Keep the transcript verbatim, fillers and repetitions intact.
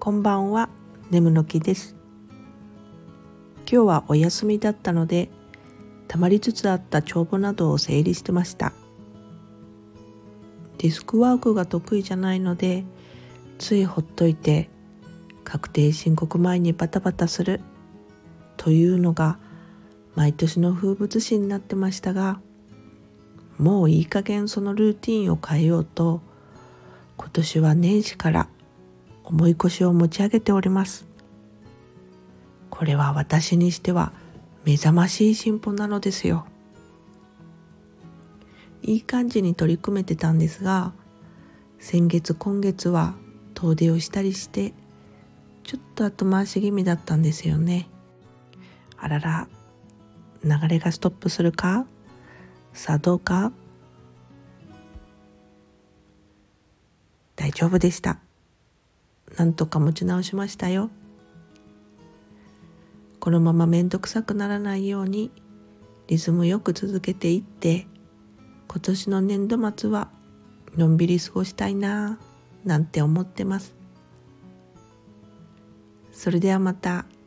こんばんは、眠の木です。今日はお休みだったので、溜まりつつあった帳簿などを整理してました。デスクワークが得意じゃないので、ついほっといて確定申告前にバタバタするというのが毎年の風物詩になってましたが、もういい加減そのルーティンを変えようと、今年は年始から重い腰を持ち上げております。これは私にしては目覚ましい進歩なのですよ。いい感じに取り組めてたんですが、先月今月は遠出をしたりしてちょっと後回し気味だったんですよね。あらら、流れがストップするか？さあどうか？大丈夫でした。なんとか持ち直しましたよ。このままめんどくさくならないようにリズムよく続けていって、今年の年度末はのんびり過ごしたいなぁなんて思ってます。それではまた。